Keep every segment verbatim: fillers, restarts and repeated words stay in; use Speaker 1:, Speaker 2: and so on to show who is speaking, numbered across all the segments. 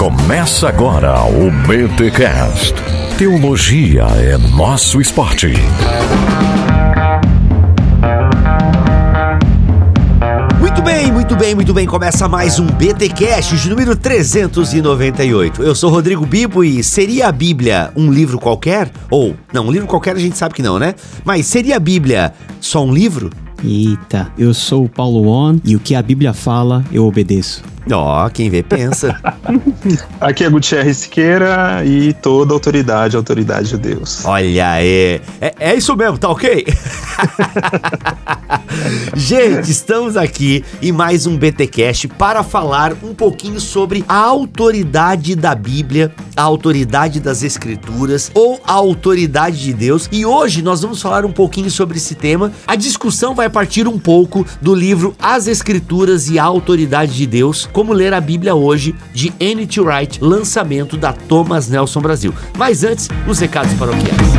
Speaker 1: Começa agora o B T Cast. Teologia é nosso esporte.
Speaker 2: Muito bem, muito bem, muito bem. Começa mais um B T Cast de número trezentos e noventa e oito. Eu sou Rodrigo Bibo e seria a Bíblia um livro qualquer? Ou, não, um livro qualquer a gente sabe que não, né? Mas seria a Bíblia só um livro?
Speaker 3: Eita, eu sou o Paulo On e o que a Bíblia fala, eu obedeço.
Speaker 2: Ó, oh, quem vê pensa.
Speaker 4: Aqui é Gutierrez Siqueira e toda autoridade, autoridade de Deus.
Speaker 2: Olha aí, é, é isso mesmo, tá ok? Gente, estamos aqui em mais um B T Cast para falar um pouquinho sobre a autoridade da Bíblia, a autoridade das Escrituras ou a autoridade de Deus. E hoje nós vamos falar um pouquinho sobre esse tema. A discussão vai partir um pouco do livro As Escrituras e a Autoridade de Deus, como ler a Bíblia hoje, de N T Wright, lançamento da Thomas Nelson Brasil. Mas antes, os recados paroquiais.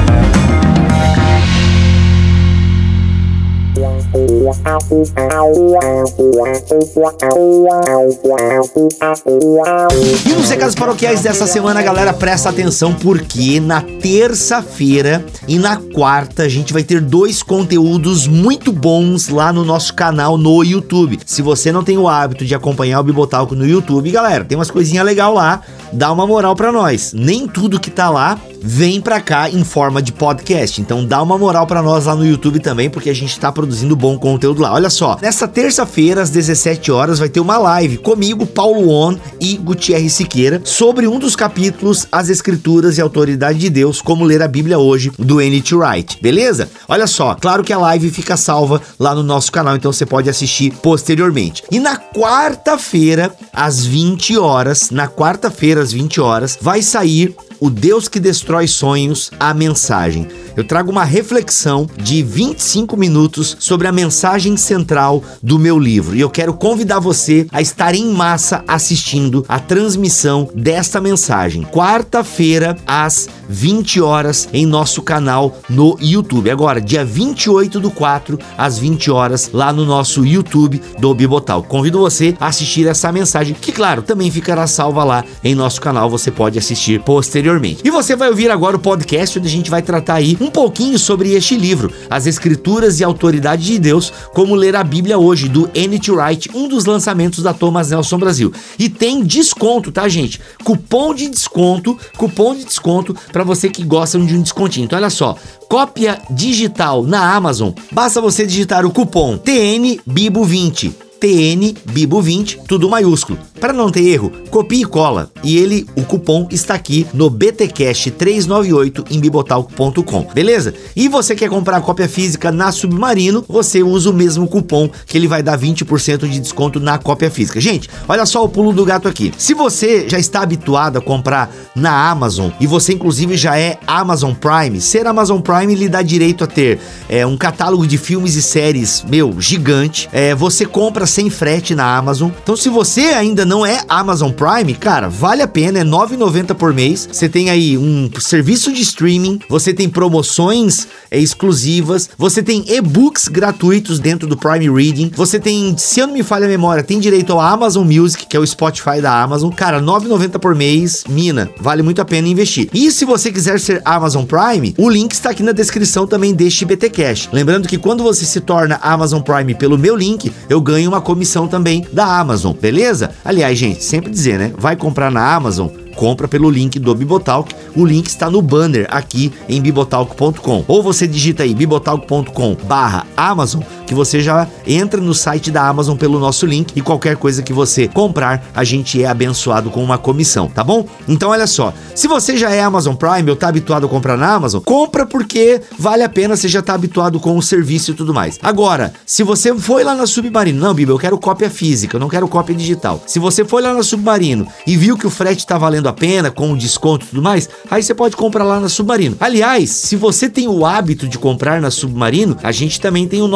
Speaker 2: E nos recados paroquiais dessa semana, galera, presta atenção porque na terça-feira e na quarta a gente vai ter dois conteúdos muito bons lá no nosso canal no YouTube. Se você não tem o hábito de acompanhar o Bibotalk no YouTube, galera, tem umas coisinhas legais lá, dá uma moral pra nós. Nem tudo que tá lá vem pra cá em forma de podcast, então dá uma moral pra nós lá no YouTube também, porque a gente tá produzindo bom conteúdo lá. Olha só, nessa terça-feira às dezessete horas vai ter uma live comigo, Paulo On e Gutierrez Siqueira, sobre um dos capítulos As Escrituras e a Autoridade de Deus, como ler a Bíblia hoje, do N T Wright, beleza? Olha só, claro que a live fica salva lá no nosso canal, então você pode assistir posteriormente. E na quarta-feira, às vinte horas, na quarta-feira às vinte horas, vai sair O Deus que Destrói Sonhos, a mensagem. Eu trago uma reflexão de vinte e cinco minutos sobre a mensagem central do meu livro. E eu quero convidar você a estar em massa assistindo a transmissão desta mensagem. Quarta-feira, às vinte horas, em nosso canal no YouTube. Agora, dia vinte e oito do quatro, às vinte horas, lá no nosso YouTube do Bibotalk. Convido você a assistir essa mensagem, que, claro, também ficará salva lá em nosso canal. Você pode assistir posteriormente. E você vai ouvir agora o podcast, onde a gente vai tratar aí um pouquinho sobre este livro, As Escrituras e a Autoridade de Deus, como ler a Bíblia hoje, do N T Wright, um dos lançamentos da Thomas Nelson Brasil. E tem desconto, tá, gente? Cupom de desconto, cupom de desconto para você que gosta de um descontinho. Então, olha só, cópia digital na Amazon, basta você digitar o cupom T N Bibo vinte. T N Bibo vinte, tudo maiúsculo. Para não ter erro, copie e cola. E ele, o cupom está aqui no B T Cast trezentos e noventa e oito em bibotalk ponto com, beleza? E você quer comprar a cópia física na Submarino, você usa o mesmo cupom que ele vai dar vinte por cento de desconto na cópia física. Gente, olha só o pulo do gato aqui. Se você já está habituado a comprar na Amazon e você inclusive já é Amazon Prime, ser Amazon Prime lhe dá direito a ter é, um catálogo de filmes e séries, meu, gigante. É, você compra sem frete na Amazon. Então, se você ainda não é Amazon Prime, cara, vale a pena, é nove reais e noventa centavos por mês. Você tem aí um serviço de streaming, você tem promoções é, exclusivas, você tem e-books gratuitos dentro do Prime Reading, você tem, se eu não me falha a memória, tem direito ao Amazon Music, que é o Spotify da Amazon. Cara, nove reais e noventa centavos por mês, mina, vale muito a pena investir. E se você quiser ser Amazon Prime, o link está aqui na descrição também deste B T Cast. Lembrando que quando você se torna Amazon Prime pelo meu link, eu ganho uma comissão também da Amazon, beleza? Aliás, gente, sempre dizer, né? Vai comprar na Amazon, compra pelo link do Bibotalk. O link está no banner aqui em bibotalk ponto com. Ou você digita aí bibotalk ponto com barra Amazon, que você já entra no site da Amazon pelo nosso link, e qualquer coisa que você comprar, a gente é abençoado com uma comissão, tá bom? Então olha só, se você já é Amazon Prime ou tá habituado a comprar na Amazon, compra porque vale a pena, você já tá habituado com o serviço e tudo mais. Agora, se você foi lá na Submarino, não, Bíblia, eu quero cópia física, eu não quero cópia digital. Se você foi lá na Submarino e viu que o frete tá valendo a pena, com desconto e tudo mais, aí você pode comprar lá na Submarino. Aliás, se você tem o hábito de comprar na Submarino, a gente também tem o nosso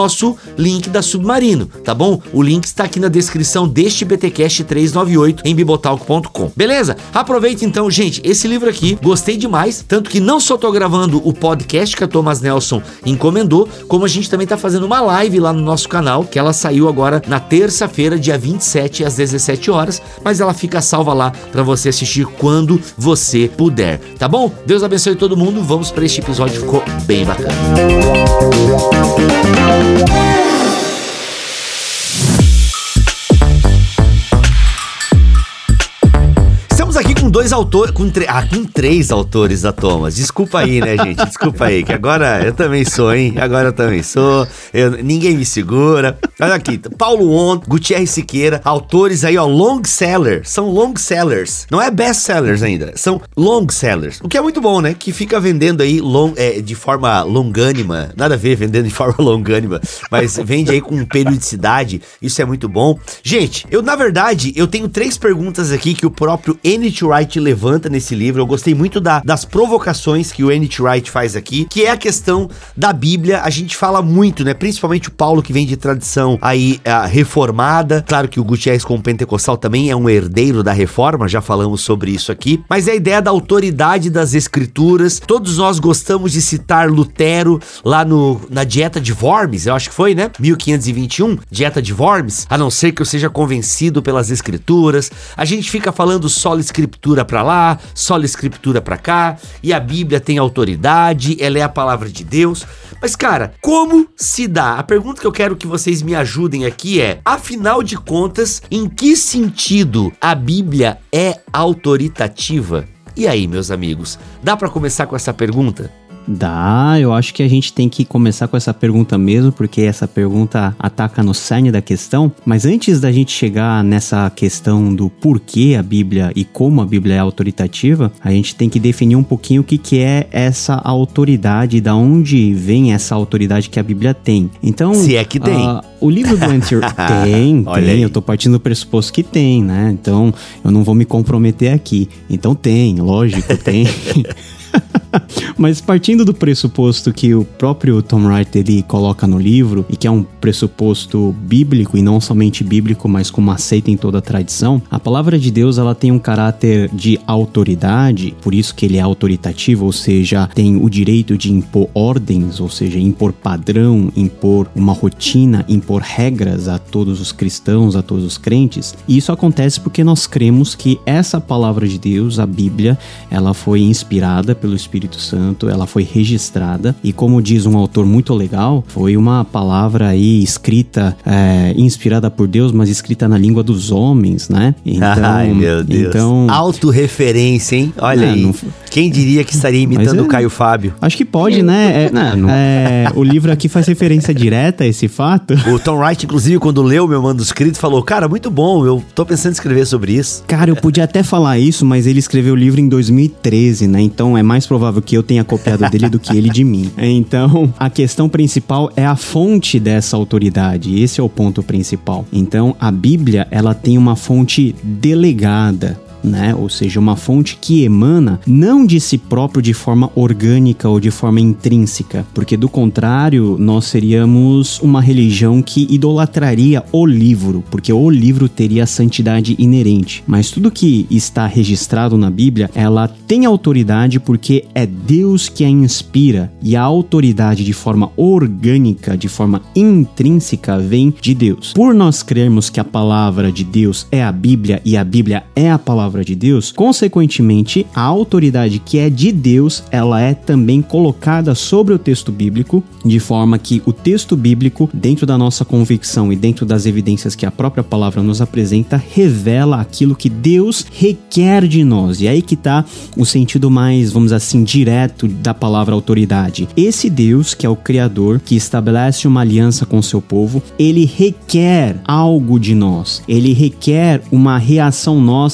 Speaker 2: link da Submarino, tá bom? O link está aqui na descrição deste B T Cast trezentos e noventa e oito em bibotalk ponto com. Beleza? Aproveita então, gente, esse livro aqui, gostei demais, tanto que não só tô gravando o podcast que a Thomas Nelson encomendou, como a gente também tá fazendo uma live lá no nosso canal, que ela saiu agora na terça-feira, dia vinte e sete, às dezessete horas, mas ela fica salva lá pra você assistir quando você puder, tá bom? Deus abençoe todo mundo, vamos pra este episódio, ficou bem bacana. Aqui com dois autores, com, tre- ah, com três autores da Thomas. Desculpa aí, né, gente? Desculpa aí, que agora eu também sou, hein? Agora eu também sou. Eu, ninguém me segura. Olha aqui, Paulo On, Gutierrez Siqueira, autores aí, ó, long sellers. São long sellers. Não é best sellers ainda, são long sellers. O que é muito bom, né? Que fica vendendo aí long, é, de forma longânima. Nada a ver vendendo de forma longânima, mas vende aí com periodicidade. Isso é muito bom. Gente, eu, na verdade, eu tenho três perguntas aqui que o próprio N T Wright levanta nesse livro. Eu gostei muito da, das provocações que o N T Wright faz aqui, que é a questão da Bíblia. A gente fala muito, né? Principalmente o Paulo, que vem de tradição aí uh, reformada. Claro que o Gutierrez, como pentecostal, também é um herdeiro da reforma, já falamos sobre isso aqui. Mas é a ideia da autoridade das escrituras. Todos nós gostamos de citar Lutero lá no, na Dieta de Worms, eu acho que foi, né? mil quinhentos e vinte e um, Dieta de Worms. A não ser que eu seja convencido pelas escrituras. A gente fica falando só escritura pra lá, só escritura pra cá, e a Bíblia tem autoridade, ela é a palavra de Deus. Mas, cara, como se dá? A pergunta que eu quero que vocês me ajudem aqui é, afinal de contas, em que sentido a Bíblia é autoritativa? E aí, meus amigos, dá pra começar com essa pergunta?
Speaker 3: Dá, eu acho que a gente tem que começar com essa pergunta mesmo, porque essa pergunta ataca no cerne da questão. Mas antes da gente chegar nessa questão do porquê a Bíblia e como a Bíblia é autoritativa, a gente tem que definir um pouquinho o que, que é essa autoridade, da onde vem essa autoridade que a Bíblia tem. Então,
Speaker 2: se é que tem.
Speaker 3: Uh, o livro do N T tem, tem, eu tô partindo do pressuposto que tem, né? Então, eu não vou me comprometer aqui. Então tem, lógico, tem. Mas partindo do pressuposto que o próprio Tom Wright ele coloca no livro, e que é um pressuposto bíblico, e não somente bíblico, mas como aceita em toda a tradição, a palavra de Deus ela tem um caráter de autoridade, por isso que ele é autoritativo, ou seja, tem o direito de impor ordens, ou seja, impor padrão, impor uma rotina, impor regras a todos os cristãos, a todos os crentes. E isso acontece porque nós cremos que essa palavra de Deus, a Bíblia, ela foi inspirada pelo Espírito Santo, ela foi registrada e, como diz um autor muito legal, foi uma palavra aí escrita, é, inspirada por Deus, mas escrita na língua dos homens, né? Então,
Speaker 2: ai, meu Deus.
Speaker 3: Então,
Speaker 2: autorreferência, hein? Olha é, aí. Não... Quem diria que estaria imitando é... o Caio Fábio?
Speaker 3: Acho que pode, né? É, não, não. É, o livro aqui faz referência direta a esse fato.
Speaker 2: O Tom Wright, inclusive, quando leu o meu manuscrito, falou, cara, muito bom, eu tô pensando em escrever sobre isso.
Speaker 3: Cara, eu podia até falar isso, mas ele escreveu o livro em dois mil e treze, né? Então é mais provável que eu tenha copiado dele do que ele de mim. Então, a questão principal é a fonte dessa autoridade. Esse é o ponto principal. Então, a Bíblia, ela tem uma fonte delegada, né? Ou seja, uma fonte que emana não de si próprio de forma orgânica ou de forma intrínseca, porque do contrário nós seríamos uma religião que idolatraria o livro, porque o livro teria a santidade inerente. Mas tudo que está registrado na Bíblia, ela tem autoridade porque é Deus que a inspira, e a autoridade de forma orgânica, de forma intrínseca, vem de Deus. Por nós crermos que a palavra de Deus é a Bíblia e a Bíblia é a palavra de Deus, consequentemente, a autoridade que é de Deus, ela é também colocada sobre o texto bíblico, de forma que o texto bíblico, dentro da nossa convicção e dentro das evidências que a própria palavra nos apresenta, revela aquilo que Deus requer de nós. E aí que está o sentido mais, vamos dizer assim, direto da palavra autoridade. Esse Deus, que é o Criador, que estabelece uma aliança com o seu povo, ele requer algo de nós. Ele requer uma reação nossa diante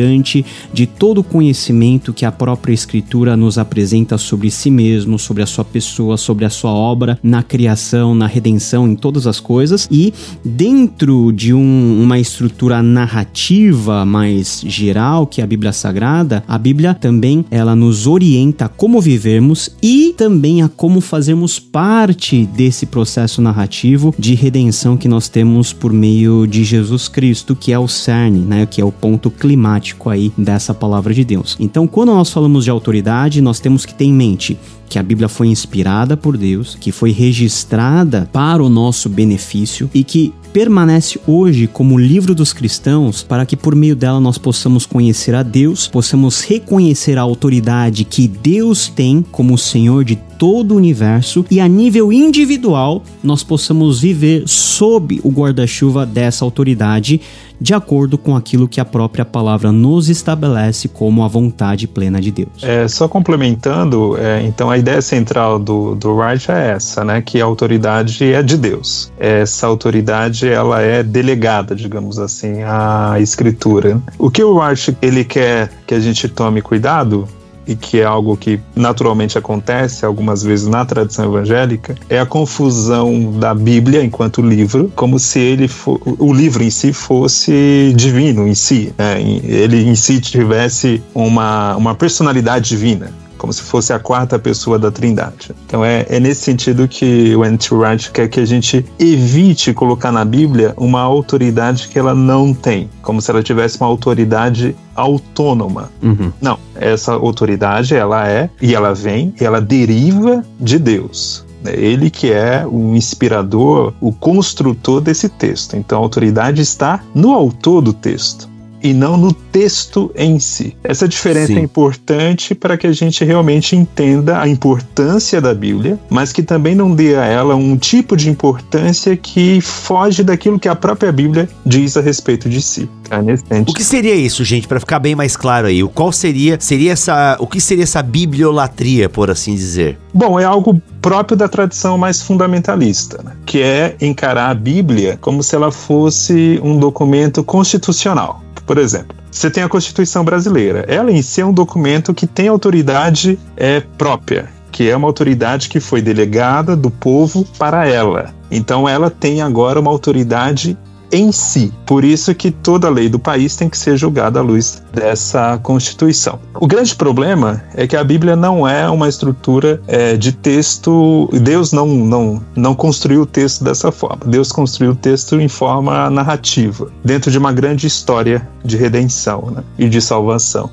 Speaker 3: diante de todo o conhecimento que a própria Escritura nos apresenta sobre si mesmo, sobre a sua pessoa, sobre a sua obra, na criação, na redenção, em todas as coisas. E dentro de um, uma estrutura narrativa mais geral, que é a Bíblia Sagrada, a Bíblia também ela nos orienta a como vivermos e também a como fazermos parte desse processo narrativo de redenção que nós temos por meio de Jesus Cristo, que é o cerne, né, que é o ponto climático aí dessa palavra de Deus. Então, quando nós falamos de autoridade, nós temos que ter em mente que a Bíblia foi inspirada por Deus, que foi registrada para o nosso benefício e que permanece hoje como livro dos cristãos para que por meio dela nós possamos conhecer a Deus, possamos reconhecer a autoridade que Deus tem como Senhor de todo o universo e a nível individual nós possamos viver sob o guarda-chuva dessa autoridade de acordo com aquilo que a própria palavra nos estabelece como a vontade plena de Deus.
Speaker 4: É, só complementando, é, então a ideia central do, do Wright é essa, né, que a autoridade é de Deus. Essa autoridade ela é delegada, digamos assim, à Escritura. O que o Wright ele quer que a gente tome cuidado, e que é algo que naturalmente acontece algumas vezes na tradição evangélica, é a confusão da Bíblia enquanto livro, como se ele for, o livro em si fosse divino em si, né? Ele em si tivesse uma, uma personalidade divina, como se fosse a quarta pessoa da Trindade. Então é, é nesse sentido que o N T Wright quer que a gente evite colocar na Bíblia uma autoridade que ela não tem, como se ela tivesse uma autoridade autônoma. Uhum. Não, essa autoridade ela é, e ela vem, e ela deriva de Deus. Ele que é o inspirador, o construtor desse texto. Então a autoridade está no autor do texto e não no texto em si. Essa diferença Sim. é importante para que a gente realmente entenda a importância da Bíblia, mas que também não dê a ela um tipo de importância que foge daquilo que a própria Bíblia diz a respeito de si. É nesse sentido.
Speaker 2: O que seria isso, gente, para ficar bem mais claro aí? O qual seria, seria essa, o que seria essa bibliolatria, por assim dizer?
Speaker 4: Bom, é algo próprio da tradição mais fundamentalista, né? Que é encarar a Bíblia como se ela fosse um documento constitucional. Por exemplo, você tem a Constituição Brasileira. Ela em si é um documento que tem autoridade é, própria, que é uma autoridade que foi delegada do povo para ela. Então ela tem agora uma autoridade em si. Por isso que toda lei do país tem que ser julgada à luz dessa Constituição. O grande problema é que a Bíblia não é uma estrutura é, de texto. Deus não, não, não construiu o texto dessa forma. Deus construiu o texto em forma narrativa, dentro de uma grande história de redenção, né, e de salvação.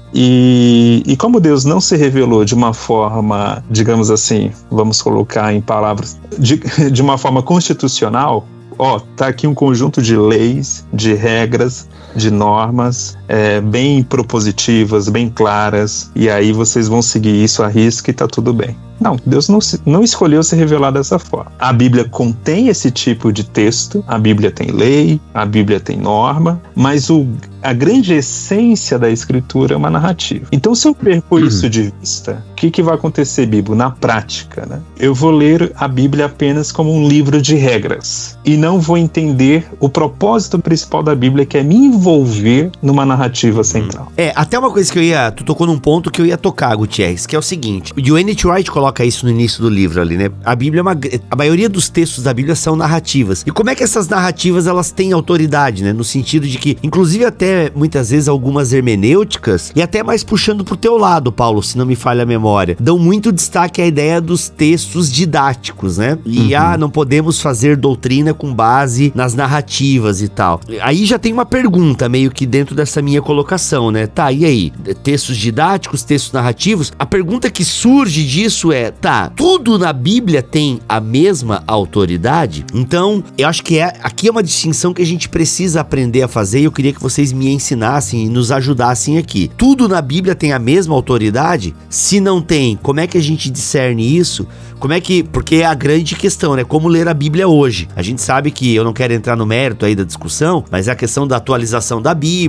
Speaker 4: E, e como Deus não se revelou de uma forma, digamos assim, vamos colocar em palavras, de, de uma forma constitucional, ó, tá aqui um conjunto de leis, de regras, de normas, é, bem propositivas, bem claras, e aí vocês vão seguir isso à risca e tá tudo bem. Não, Deus não, se, não escolheu se revelar dessa forma. A Bíblia contém esse tipo de texto, a Bíblia tem lei, a Bíblia tem norma, mas o, a grande essência da Escritura é uma narrativa. Então, se eu perco uhum. isso de vista, o que, que vai acontecer, Bíblia, na prática, né? Eu vou ler a Bíblia apenas como um livro de regras e não vou entender o propósito principal da Bíblia, que é me envolver numa narrativa central.
Speaker 2: É, até uma coisa que eu ia... Tu tocou num ponto que eu ia tocar, Gutierrez, que é o seguinte. O N T Wright coloca isso no início do livro ali, né? A Bíblia é uma... A maioria dos textos da Bíblia são narrativas. E como é que essas narrativas, elas têm autoridade, né? No sentido de que, inclusive até, muitas vezes, algumas hermenêuticas, e até mais puxando pro teu lado, Paulo, se não me falha a memória, dão muito destaque à ideia dos textos didáticos, né? E, uhum. ah, não podemos fazer doutrina com base nas narrativas e tal. Aí já tem uma pergunta, meio que dentro dessa minha colocação, né? Tá, e aí? Textos didáticos, textos narrativos? A pergunta que surge disso é, tá, tudo na Bíblia tem a mesma autoridade? Então, eu acho que é, aqui é uma distinção que a gente precisa aprender a fazer e eu queria que vocês me ensinassem e nos ajudassem aqui. Tudo na Bíblia tem a mesma autoridade? Se não tem, como é que a gente discerne isso? Como é que... Porque é a grande questão, né? Como ler a Bíblia hoje? A gente sabe que, eu não quero entrar no mérito aí da discussão, mas é a questão da atualização da Bíblia, que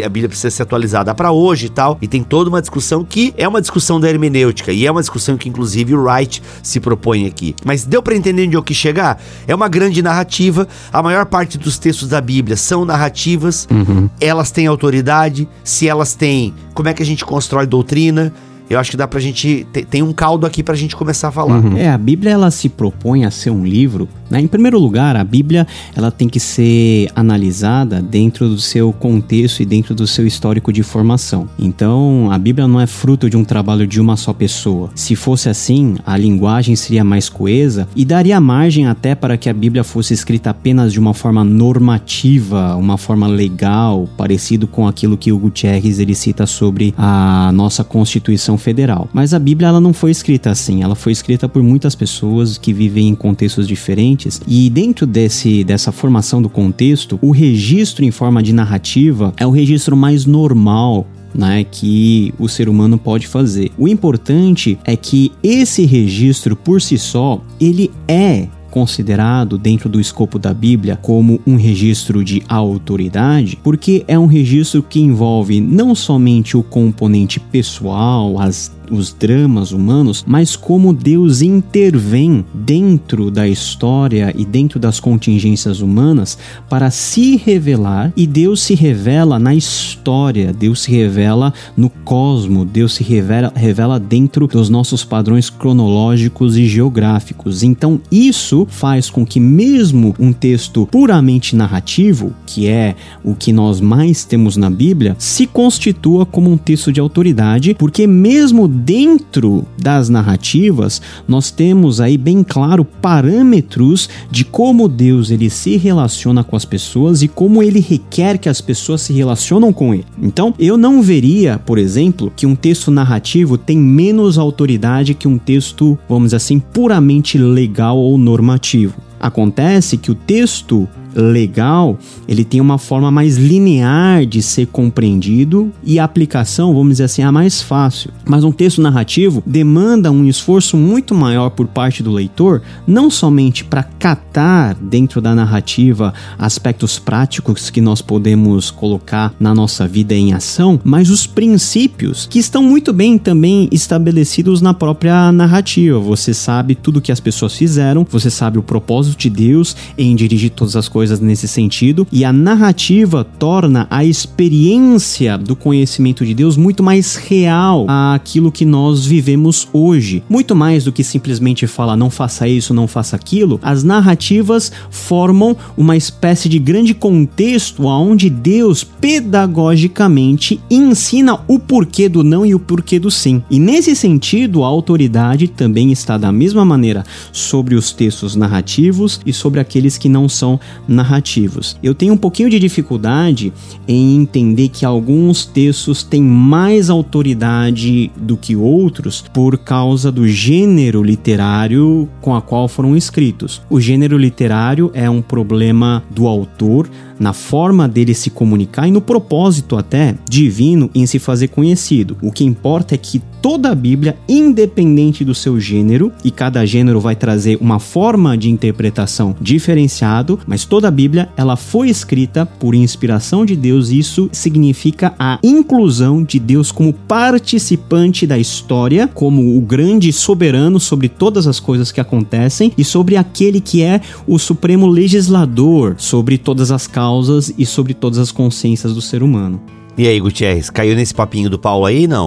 Speaker 2: a Bíblia precisa ser atualizada para hoje e tal, e tem toda uma discussão que é uma discussão da hermenêutica, e é uma discussão que inclusive o Wright se propõe aqui. Mas deu para entender onde eu quis chegar? É uma grande narrativa, a maior parte dos textos da Bíblia são narrativas, uhum. Elas têm autoridade, se elas têm, como é que a gente constrói doutrina? Eu acho que dá pra gente, tem um caldo aqui pra gente começar a falar.
Speaker 3: Uhum. É, a Bíblia, ela se propõe a ser um livro, né? Em primeiro lugar, a Bíblia, ela tem que ser analisada dentro do seu contexto e dentro do seu histórico de formação. Então, a Bíblia não é fruto de um trabalho de uma só pessoa. Se fosse assim, a linguagem seria mais coesa e daria margem até para que a Bíblia fosse escrita apenas de uma forma normativa, uma forma legal, parecido com aquilo que o Gutierrez ele cita sobre a nossa Constituição Federal. Mas a Bíblia, ela não foi escrita assim, ela foi escrita por muitas pessoas que vivem em contextos diferentes, e dentro desse, dessa formação do contexto, o registro em forma de narrativa é o registro mais normal, né, que o ser humano pode fazer. O importante é que esse registro por si só, ele é considerado dentro do escopo da Bíblia como um registro de autoridade, porque é um registro que envolve não somente o componente pessoal, as os dramas humanos, mas como Deus intervém dentro da história e dentro das contingências humanas para se revelar, e Deus se revela na história, Deus se revela no cosmos, Deus se revela, revela dentro dos nossos padrões cronológicos e geográficos. Então isso faz com que mesmo um texto puramente narrativo, que é o que nós mais temos na Bíblia, se constitua como um texto de autoridade, porque mesmo dentro das narrativas, nós temos aí bem claro parâmetros de como Deus ele se relaciona com as pessoas e como ele requer que as pessoas se relacionam com ele. Então, eu não veria, por exemplo, que um texto narrativo tem menos autoridade que um texto, vamos dizer assim, puramente legal ou normativo. Acontece que o texto legal, ele tem uma forma mais linear de ser compreendido e a aplicação, vamos dizer assim, é a mais fácil. Mas um texto narrativo demanda um esforço muito maior por parte do leitor, não somente para catar dentro da narrativa aspectos práticos que nós podemos colocar na nossa vida em ação, mas os princípios que estão muito bem também estabelecidos na própria narrativa. Você sabe tudo que as pessoas fizeram, você sabe o propósito de Deus em dirigir todas as coisas nesse sentido, e a narrativa torna a experiência do conhecimento de Deus muito mais real àquilo que nós vivemos hoje. Muito mais do que simplesmente falar não faça isso, não faça aquilo, as narrativas formam uma espécie de grande contexto onde Deus pedagogicamente ensina o porquê do não e o porquê do sim. E nesse sentido, a autoridade também está da mesma maneira sobre os textos narrativos e sobre aqueles que não são narrativos. Eu tenho um pouquinho de dificuldade em entender que alguns textos têm mais autoridade do que outros por causa do gênero literário com a qual foram escritos. O gênero literário é um problema do autor, na forma dele se comunicar e no propósito até divino em se fazer conhecido. O que importa é que toda a Bíblia, independente do seu gênero, e cada gênero vai trazer uma forma de interpretação diferenciado, mas toda a Bíblia, ela foi escrita por inspiração de Deus, e isso significa a inclusão de Deus como participante da história, como o grande soberano sobre todas as coisas que acontecem e sobre aquele que é o supremo legislador sobre todas as causas e sobre todas as consciências do ser humano.
Speaker 2: E aí, Gutierrez, caiu nesse papinho do Paulo aí, não?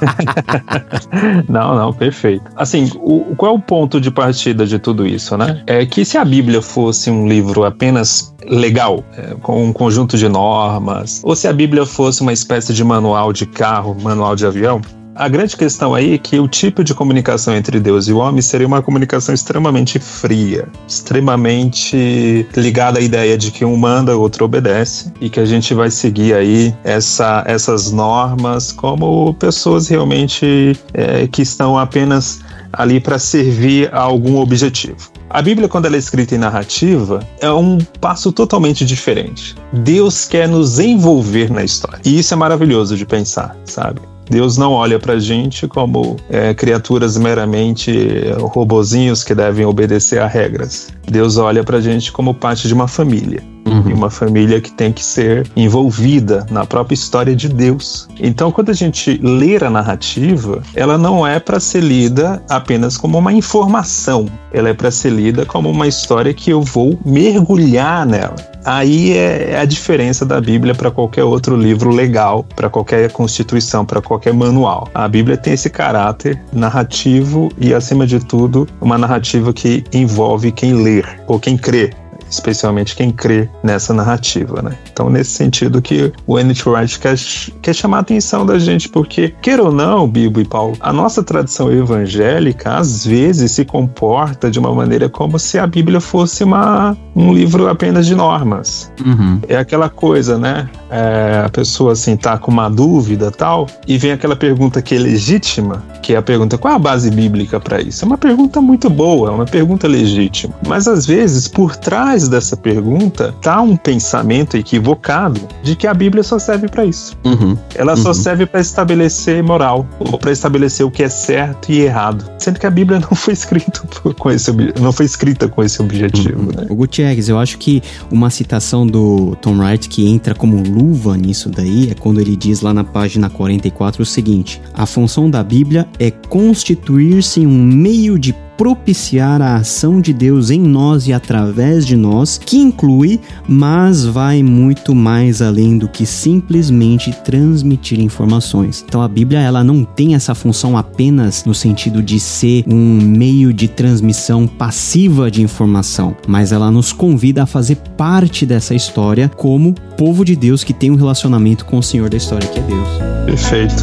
Speaker 4: Não, não, perfeito. Assim, o, qual é o ponto de partida de tudo isso, né? É que se a Bíblia fosse um livro apenas legal, é, com um conjunto de normas, ou se a Bíblia fosse uma espécie de manual de carro, manual de avião, a grande questão aí é que o tipo de comunicação entre Deus e o homem seria uma comunicação extremamente fria, extremamente ligada à ideia de que um manda, o outro obedece, e que a gente vai seguir aí essa, essas normas como pessoas realmente é, que estão apenas ali para servir a algum objetivo. A Bíblia, quando ela é escrita em narrativa, é um passo totalmente diferente. Deus quer nos envolver na história. E isso é maravilhoso de pensar, sabe? Deus não olha pra gente como é, criaturas meramente robozinhos que devem obedecer a regras. Deus olha pra gente como parte de uma família. Uhum. E uma família que tem que ser envolvida na própria história de Deus. Então, quando a gente lê a narrativa, ela não é para ser lida apenas como uma informação. Ela é para ser lida como uma história que eu vou mergulhar nela. Aí é a diferença da Bíblia para qualquer outro livro legal, para qualquer constituição, para qualquer manual. A Bíblia tem esse caráter narrativo e, acima de tudo, uma narrativa que envolve quem lê ou quem crê. Especialmente quem crê nessa narrativa, né? Então, nesse sentido que o N T Wright quer, quer chamar a atenção da gente, porque, queira ou não, Bibo e Paulo, a nossa tradição evangélica, às vezes, se comporta de uma maneira como se a Bíblia fosse uma, um livro apenas de normas.
Speaker 3: Uhum.
Speaker 4: É aquela coisa, né? É, a pessoa, assim, tá com uma dúvida e tal, e vem aquela pergunta que é legítima, que é a pergunta, qual é a base bíblica para isso? É uma pergunta muito boa, é uma pergunta legítima. Mas, às vezes, por trás dessa pergunta tá um pensamento equivocado de que a Bíblia só serve para isso.
Speaker 3: Uhum.
Speaker 4: Ela
Speaker 3: uhum.
Speaker 4: só serve para estabelecer moral ou para estabelecer o que é certo e errado, sendo que a Bíblia não foi escrita com esse não foi escrita com esse objetivo.
Speaker 3: Uhum.
Speaker 4: Né?
Speaker 3: O Gutierrez, eu acho que uma citação do Tom Wright que entra como luva nisso daí é quando ele diz lá na página quarenta e quatro o seguinte: a função da Bíblia é constituir-se em um meio de propiciar a ação de Deus em nós e através de nós, que inclui, mas vai muito mais além do que simplesmente transmitir informações. Então a Bíblia, ela não tem essa função apenas no sentido de ser um meio de transmissão passiva de informação, mas ela nos convida a fazer parte dessa história como povo de Deus que tem um relacionamento com o Senhor da história, que é Deus.
Speaker 4: Perfeito.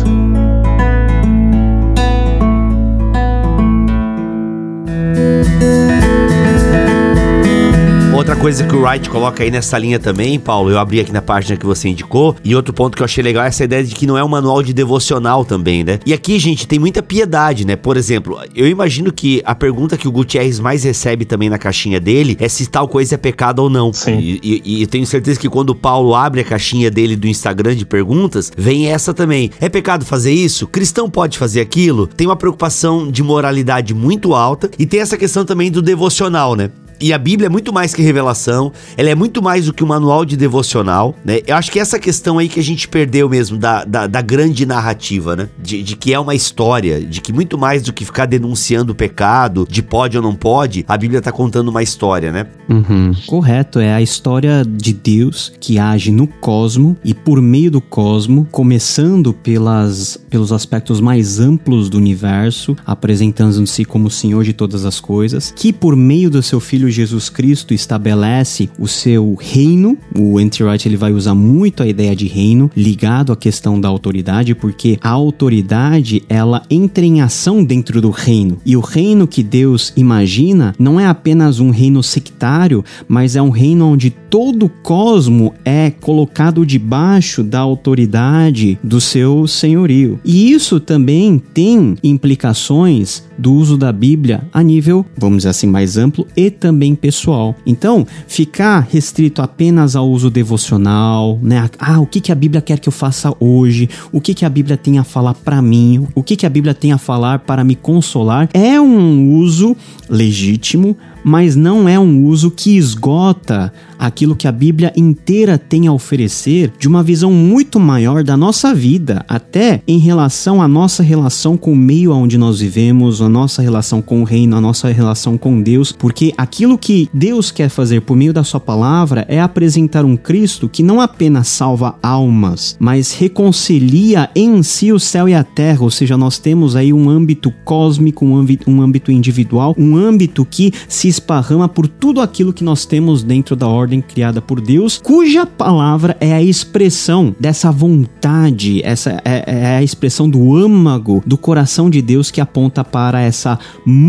Speaker 2: Outra coisa que o Wright coloca aí nessa linha também, Paulo, eu abri aqui na página que você indicou, e outro ponto que eu achei legal é essa ideia de que não é um manual de devocional também, né? E aqui, gente, tem muita piedade, né? Por exemplo, eu imagino que a pergunta que o Gutierrez mais recebe também na caixinha dele é se tal coisa é pecado ou não.
Speaker 4: Sim.
Speaker 2: E, e, e tenho certeza que quando o Paulo abre a caixinha dele do Instagram de perguntas, vem essa também. É pecado fazer isso? Cristão pode fazer aquilo? Tem uma preocupação de moralidade muito alta e tem essa questão também do devocional, né? E a Bíblia é muito mais que revelação, ela é muito mais do que um manual de devocional, né? Eu acho que essa questão aí que a gente perdeu mesmo da, da, da grande narrativa, né? De, de que é uma história, de que muito mais do que ficar denunciando o pecado, de pode ou não pode, a Bíblia tá contando uma história, né?
Speaker 3: Uhum. Correto, é a história de Deus que age no cosmo e por meio do cosmo, começando pelas, pelos aspectos mais amplos do universo, apresentando-se como o Senhor de todas as coisas, que por meio do seu Filho Jesus Cristo estabelece o seu reino. O N T Wright, ele vai usar muito a ideia de reino ligado à questão da autoridade, porque a autoridade, ela entra em ação dentro do reino, e o reino que Deus imagina não é apenas um reino sectário, mas é um reino onde todo o cosmo é colocado debaixo da autoridade do seu senhorio. E isso também tem implicações do uso da Bíblia a nível, vamos dizer assim, mais amplo e também pessoal. Então, ficar restrito apenas ao uso devocional, né? Ah, o que, que a Bíblia quer que eu faça hoje? O que, que a Bíblia tem a falar para mim? O que, que a Bíblia tem a falar para me consolar? É um uso legítimo, mas não é um uso que esgota aquilo que a Bíblia inteira tem a oferecer de uma visão muito maior da nossa vida, até em relação à nossa relação com o meio onde nós vivemos, a nossa relação com o reino, a nossa relação com Deus, porque aquilo que Deus quer fazer por meio da sua palavra é apresentar um Cristo que não apenas salva almas, mas reconcilia em si o céu e a terra, ou seja, nós temos aí um âmbito cósmico, um âmbito, um âmbito individual, um âmbito que se esparrama por tudo aquilo que nós temos dentro da ordem criada por Deus, cuja palavra é a expressão dessa vontade, essa é, é a expressão do âmago do coração de Deus que aponta para essa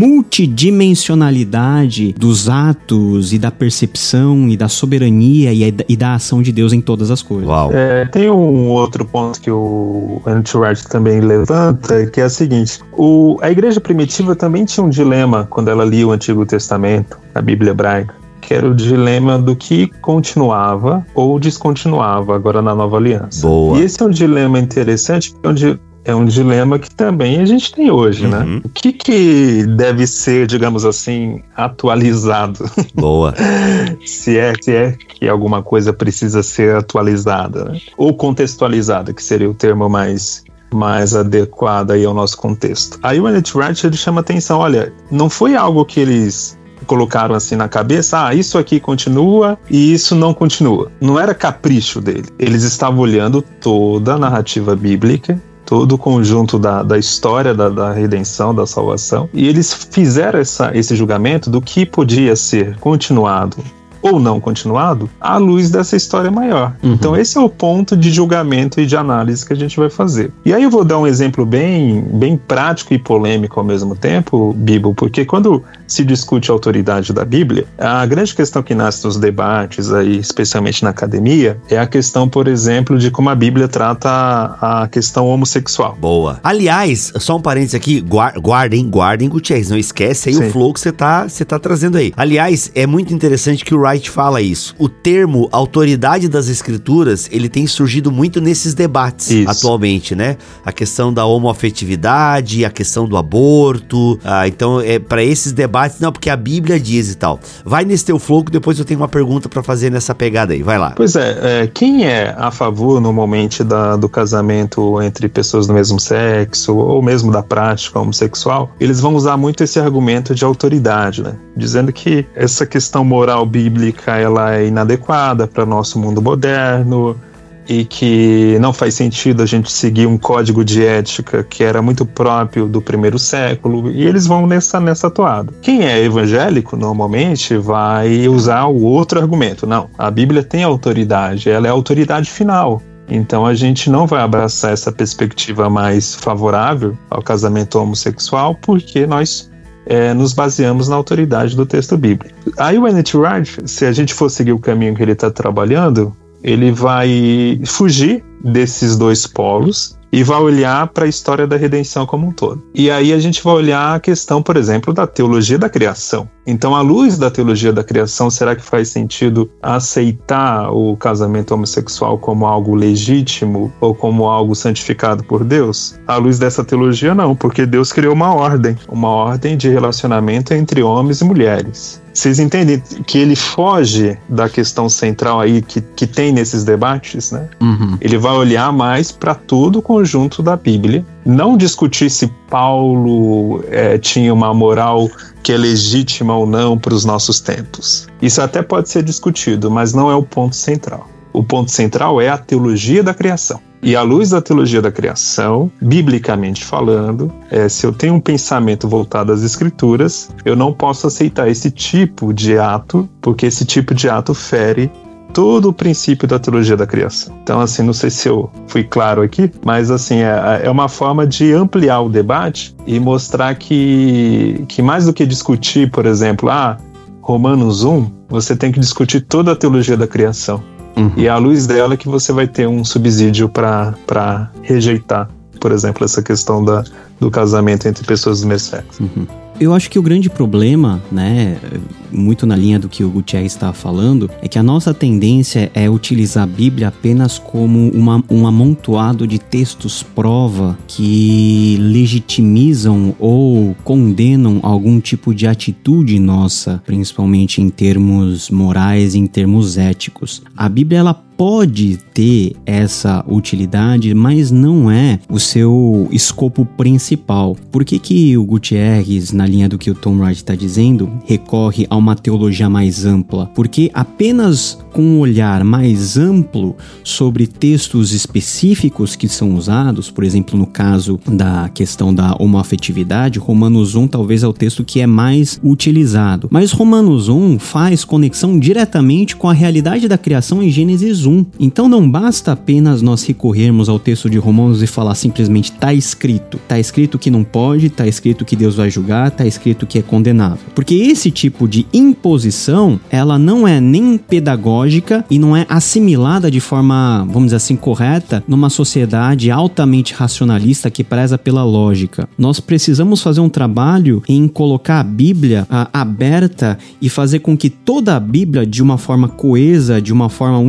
Speaker 3: multidimensionalidade dos atos e da percepção e da soberania e, e da ação de Deus em todas as coisas.
Speaker 2: Uau.
Speaker 4: É, tem um outro ponto que o N T Wright também levanta, que é o seguinte: o, a igreja primitiva também tinha um dilema quando ela lia o Antigo Testamento, a Bíblia hebraica, que era o dilema do que continuava ou descontinuava agora na Nova Aliança.
Speaker 2: Boa.
Speaker 4: E esse é um dilema interessante, porque é um, é um dilema que também a gente tem hoje, uhum. né? O que que deve ser, digamos assim, atualizado?
Speaker 2: Boa.
Speaker 4: se, é, se é que alguma coisa precisa ser atualizada, né? Ou contextualizada, que seria o termo mais... mais adequado aí ao nosso contexto. Aí o N T Wright, ele chama atenção, olha, não foi algo que eles colocaram assim na cabeça, ah, isso aqui continua e isso não continua. Não era capricho dele. Eles estavam olhando toda a narrativa bíblica, todo o conjunto da, da história da, da redenção, da salvação, e eles fizeram essa, esse julgamento do que podia ser continuado ou não continuado, à luz dessa história maior. Uhum. Então esse é o ponto de julgamento e de análise que a gente vai fazer. E aí eu vou dar um exemplo bem, bem prático e polêmico ao mesmo tempo, Bibo, porque quando se discute a autoridade da Bíblia, a grande questão que nasce nos debates, aí, especialmente na academia, é a questão, por exemplo, de como a Bíblia trata a, a questão homossexual.
Speaker 2: Boa. Aliás, só um parênteses aqui, guardem, guardem, Gutierrez, não esquece aí Sim. o flow que você tá, você tá trazendo aí. Aliás, é muito interessante que o Wright fala isso. O termo autoridade das escrituras, ele tem surgido muito nesses debates isso. atualmente, né? A questão da homoafetividade, a questão do aborto, ah, então é para esses debates, não, porque a Bíblia diz e tal. Vai nesse teu flow que depois eu tenho uma pergunta para fazer nessa pegada aí, vai lá.
Speaker 4: Pois é, é quem é a favor normalmente da, do casamento entre pessoas do mesmo sexo, ou mesmo da prática homossexual, eles vão usar muito esse argumento de autoridade, né? Dizendo que essa questão moral bíblica ela é inadequada para o nosso mundo moderno e que não faz sentido a gente seguir um código de ética que era muito próprio do primeiro século, e eles vão nessa, nessa toada. Quem é evangélico, normalmente, vai usar o outro argumento. Não, a Bíblia tem autoridade, ela é a autoridade final. Então a gente não vai abraçar essa perspectiva mais favorável ao casamento homossexual, porque nós É, nos baseamos na autoridade do texto bíblico. Aí o N T Wright, se a gente for seguir o caminho que ele está trabalhando, ele vai fugir desses dois polos e vai olhar para a história da redenção como um todo. E aí a gente vai olhar a questão, por exemplo, da teologia da criação. Então, à luz da teologia da criação, será que faz sentido aceitar o casamento homossexual como algo legítimo ou como algo santificado por Deus? À luz dessa teologia, não, porque Deus criou uma ordem, uma ordem de relacionamento entre homens e mulheres. Vocês entendem que ele foge da questão central aí que, que tem nesses debates, né? Uhum. Ele vai olhar mais para todo o conjunto da Bíblia, não discutir se Paulo é, tinha uma moral que é legítima ou não para os nossos tempos. Isso até pode ser discutido, mas não é o ponto central. O ponto central é a teologia da criação. E à luz da teologia da criação, biblicamente falando, é, se eu tenho um pensamento voltado às escrituras, eu não posso aceitar esse tipo de ato, porque esse tipo de ato fere todo o princípio da teologia da criação. Então, assim, não sei se eu fui claro aqui, mas, assim, é, é uma forma de ampliar o debate e mostrar que, que mais do que discutir, por exemplo, ah, Romanos um, você tem que discutir toda a teologia da criação. Uhum. E é à luz dela que você vai ter um subsídio para rejeitar, por exemplo, essa questão da, do casamento entre pessoas do mesmo sexo.
Speaker 3: Uhum. Eu acho que o grande problema, né, muito na linha do que o Gutierrez está falando, é que a nossa tendência é utilizar a Bíblia apenas como uma, um amontoado de textos prova que legitimizam ou condenam algum tipo de atitude nossa, principalmente em termos morais e em termos éticos. A Bíblia, ela pode ter essa utilidade, mas não é o seu escopo principal. Por que que o Gutierrez, na linha do que o Tom Wright está dizendo, recorre a uma teologia mais ampla? Porque apenas com um olhar mais amplo sobre textos específicos que são usados, por exemplo, no caso da questão da homoafetividade, Romanos um talvez é o texto que é mais utilizado. Mas Romanos um faz conexão diretamente com a realidade da criação em Gênesis um. Então não basta apenas nós recorrermos ao texto de Romanos e falar simplesmente tá escrito. Tá escrito que não pode, tá escrito que Deus vai julgar, tá escrito que é condenável. Porque esse tipo de imposição, ela não é nem pedagógica e não é assimilada de forma, vamos dizer assim, correta numa sociedade altamente racionalista que preza pela lógica. Nós precisamos fazer um trabalho em colocar a Bíblia a, aberta e fazer com que toda a Bíblia, de uma forma coesa, de uma forma uniforme,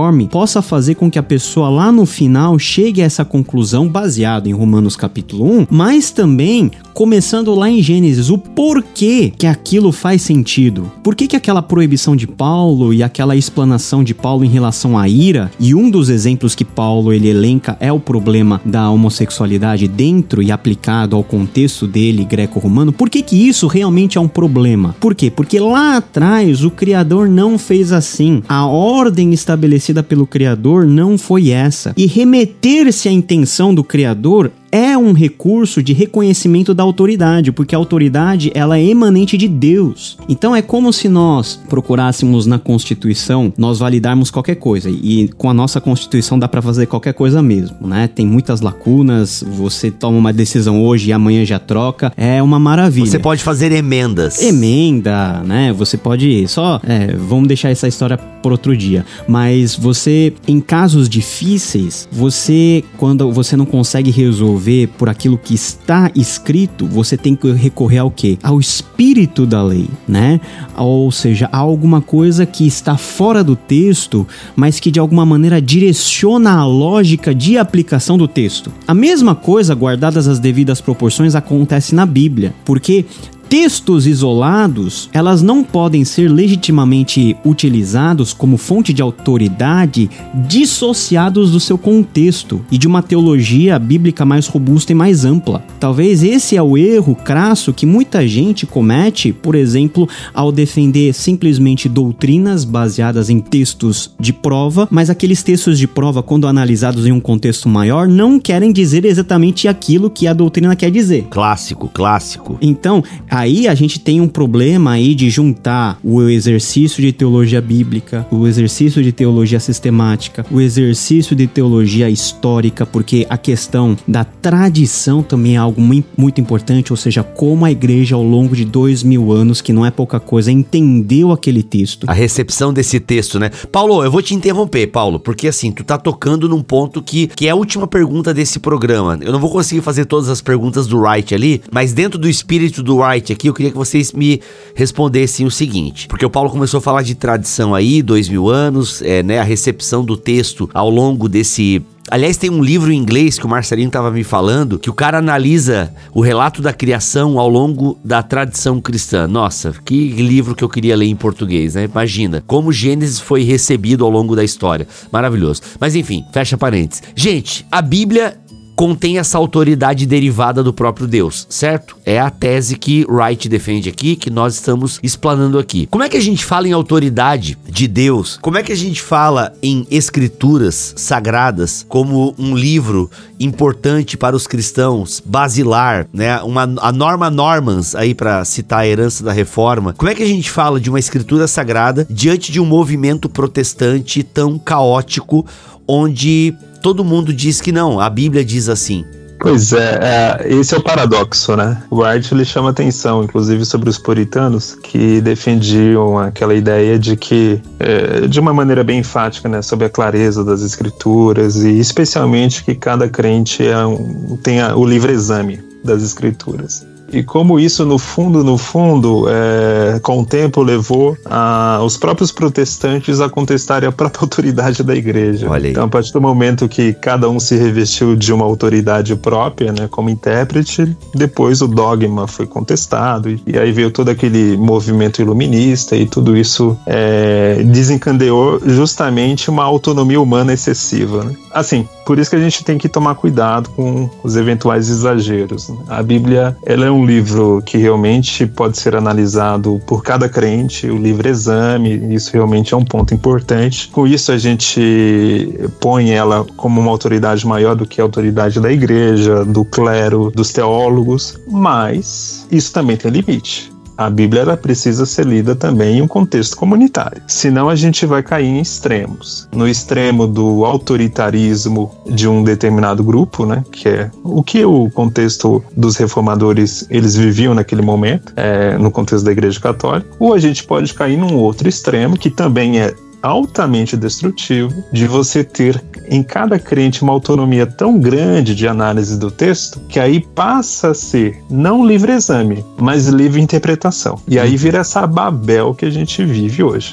Speaker 3: conforme possa fazer com que a pessoa lá no final chegue a essa conclusão baseado em Romanos capítulo um, mas também começando lá em Gênesis, o porquê que aquilo faz sentido. Por que que aquela proibição de Paulo e aquela explanação de Paulo em relação à ira, e um dos exemplos que Paulo ele elenca é o problema da homossexualidade dentro e aplicado ao contexto dele greco-romano, por que que isso realmente é um problema? Por quê? Porque lá atrás o Criador não fez assim. A ordem estabelecida pelo Criador não foi essa. E remeter-se à intenção do Criador é um recurso de reconhecimento da autoridade, porque a autoridade ela é emanente de Deus. Então é como se nós procurássemos na Constituição nós validarmos qualquer coisa, e com a nossa Constituição dá para fazer qualquer coisa mesmo, né? Tem muitas lacunas, você toma uma decisão hoje e amanhã já troca, é uma maravilha.
Speaker 2: Você pode fazer emendas.
Speaker 3: Emenda, né? Você pode só, é, vamos deixar essa história por outro dia, mas você, em casos difíceis, você, quando você não consegue resolver por aquilo que está escrito, você tem que recorrer ao quê? Ao espírito da lei, né? Ou seja, a alguma coisa que está fora do texto, mas que de alguma maneira direciona a lógica de aplicação do texto. A mesma coisa, guardadas as devidas proporções, acontece na Bíblia, porque textos isolados, elas não podem ser legitimamente utilizados como fonte de autoridade dissociados do seu contexto e de uma teologia bíblica mais robusta e mais ampla. Talvez esse é o erro crasso que muita gente comete, por exemplo, ao defender simplesmente doutrinas baseadas em textos de prova, mas aqueles textos de prova, quando analisados em um contexto maior, não querem dizer exatamente aquilo que a doutrina quer dizer.
Speaker 2: Clássico, clássico.
Speaker 3: Então, aí a gente tem um problema aí de juntar o exercício de teologia bíblica, o exercício de teologia sistemática, o exercício de teologia histórica, porque a questão da tradição também é algo muito importante, ou seja, como a igreja ao longo de dois mil anos, que não é pouca coisa, entendeu aquele texto.
Speaker 2: A recepção desse texto, né? Paulo, eu vou te interromper, Paulo, porque assim, tu tá tocando num ponto que, que é a última pergunta desse programa. Eu não vou conseguir fazer todas as perguntas do Wright ali, mas dentro do espírito do Wright aqui, eu queria que vocês me respondessem o seguinte, porque o Paulo começou a falar de tradição aí, dois mil anos, é, né, a recepção do texto ao longo desse... Aliás, tem um livro em inglês que o Marcelinho estava me falando, que o cara analisa o relato da criação ao longo da tradição cristã. Nossa, que livro que eu queria ler em português, né? Imagina, como Gênesis foi recebido ao longo da história. Maravilhoso. Mas enfim, fecha parênteses. Gente, a Bíblia contém essa autoridade derivada do próprio Deus, certo? É a tese que Wright defende aqui, que nós estamos explanando aqui. Como é que a gente fala em autoridade de Deus? Como é que a gente fala em escrituras sagradas como um livro importante para os cristãos, basilar, né? Uma, a norma normans, aí para citar a herança da reforma. Como é que a gente fala de uma escritura sagrada diante de um movimento protestante tão caótico, onde todo mundo diz que não, a Bíblia diz assim?
Speaker 4: Pois é, é, esse é o paradoxo, né? O Wright ele chama atenção, inclusive, sobre os puritanos que defendiam aquela ideia de que, é, de uma maneira bem enfática, né, sobre a clareza das escrituras e especialmente que cada crente é um, tenha o livre exame das escrituras. E como isso, no fundo, no fundo, é, com o tempo levou a, os próprios protestantes a contestarem a própria autoridade da igreja.
Speaker 2: Olha aí.
Speaker 4: Então, a partir do momento que cada um se revestiu de uma autoridade própria, né, como intérprete, depois o dogma foi contestado, e, e aí veio todo aquele movimento iluminista, e tudo isso é, desencadeou justamente uma autonomia humana excessiva, né? Assim, por isso que a gente tem que tomar cuidado com os eventuais exageros, né? A Bíblia, ela é um livro que realmente pode ser analisado por cada crente, o livre exame, isso realmente é um ponto importante. Com isso a gente põe ela como uma autoridade maior do que a autoridade da igreja, do clero, dos teólogos, mas isso também tem limite. A Bíblia ela precisa ser lida também em um contexto comunitário. Senão a gente vai cair em extremos. No extremo do autoritarismo de um determinado grupo, né, que é o que o contexto dos reformadores eles viviam naquele momento, é, no contexto da Igreja Católica. Ou a gente pode cair num outro extremo, que também é altamente destrutivo, de você ter em cada crente uma autonomia tão grande de análise do texto, que aí passa a ser não livre exame, mas livre interpretação. E aí vira essa Babel que a gente vive hoje, né?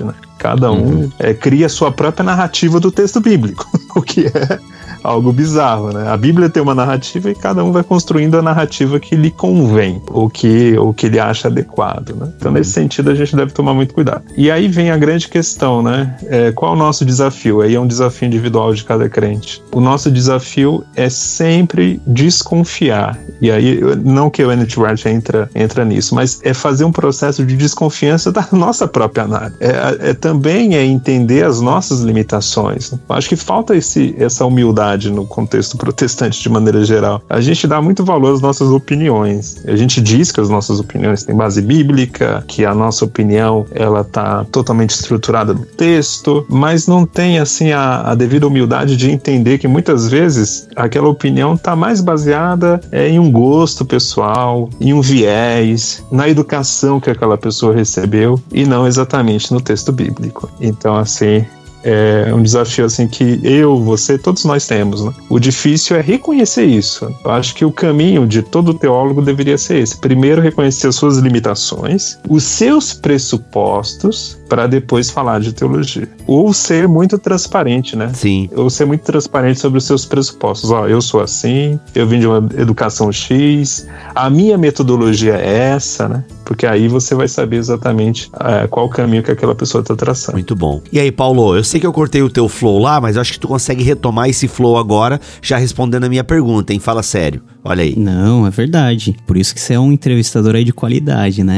Speaker 4: Cada um uhum. é, cria a sua própria narrativa do texto bíblico, o que é algo bizarro, né? A Bíblia tem uma narrativa e cada um vai construindo a narrativa que lhe convém, ou que, ou que ele acha adequado, né? Então, nesse sentido, a gente deve tomar muito cuidado. E aí vem a grande questão, né? É, qual é o nosso desafio? Aí é um desafio individual de cada crente. O nosso desafio é sempre desconfiar. E aí, não que o Ellen G. White entra, entra nisso, mas é fazer um processo de desconfiança da nossa própria análise. É, é, também é entender as nossas limitações. Eu acho que falta esse, essa humildade no contexto protestante de maneira geral. A gente dá muito valor às nossas opiniões. A gente diz que as nossas opiniões têm base bíblica, que a nossa opinião ela está totalmente estruturada no texto, mas não tem assim a, a devida humildade de entender que muitas vezes aquela opinião está mais baseada é, em um gosto pessoal, em um viés, na educação que aquela pessoa recebeu e não exatamente no texto bíblico. Então, assim, é um desafio assim que eu, você, todos nós temos, né? O difícil é reconhecer isso. Eu acho que o caminho de todo teólogo deveria ser esse. Primeiro, reconhecer as suas limitações, os seus pressupostos, para depois falar de teologia. Ou ser muito transparente, né?
Speaker 2: Sim.
Speaker 4: Ou ser muito transparente sobre os seus pressupostos. Ó, eu sou assim, eu vim de uma educação X, a minha metodologia é essa, né? Porque aí você vai saber exatamente é, qual o caminho que aquela pessoa está traçando.
Speaker 2: Muito bom. E aí, Paulo, eu sei que eu cortei o teu flow lá, mas eu acho que tu consegue retomar esse flow agora, já respondendo a minha pergunta, hein? Fala sério. Olha aí.
Speaker 3: Não, é verdade. Por isso que você é um entrevistador aí de qualidade, né?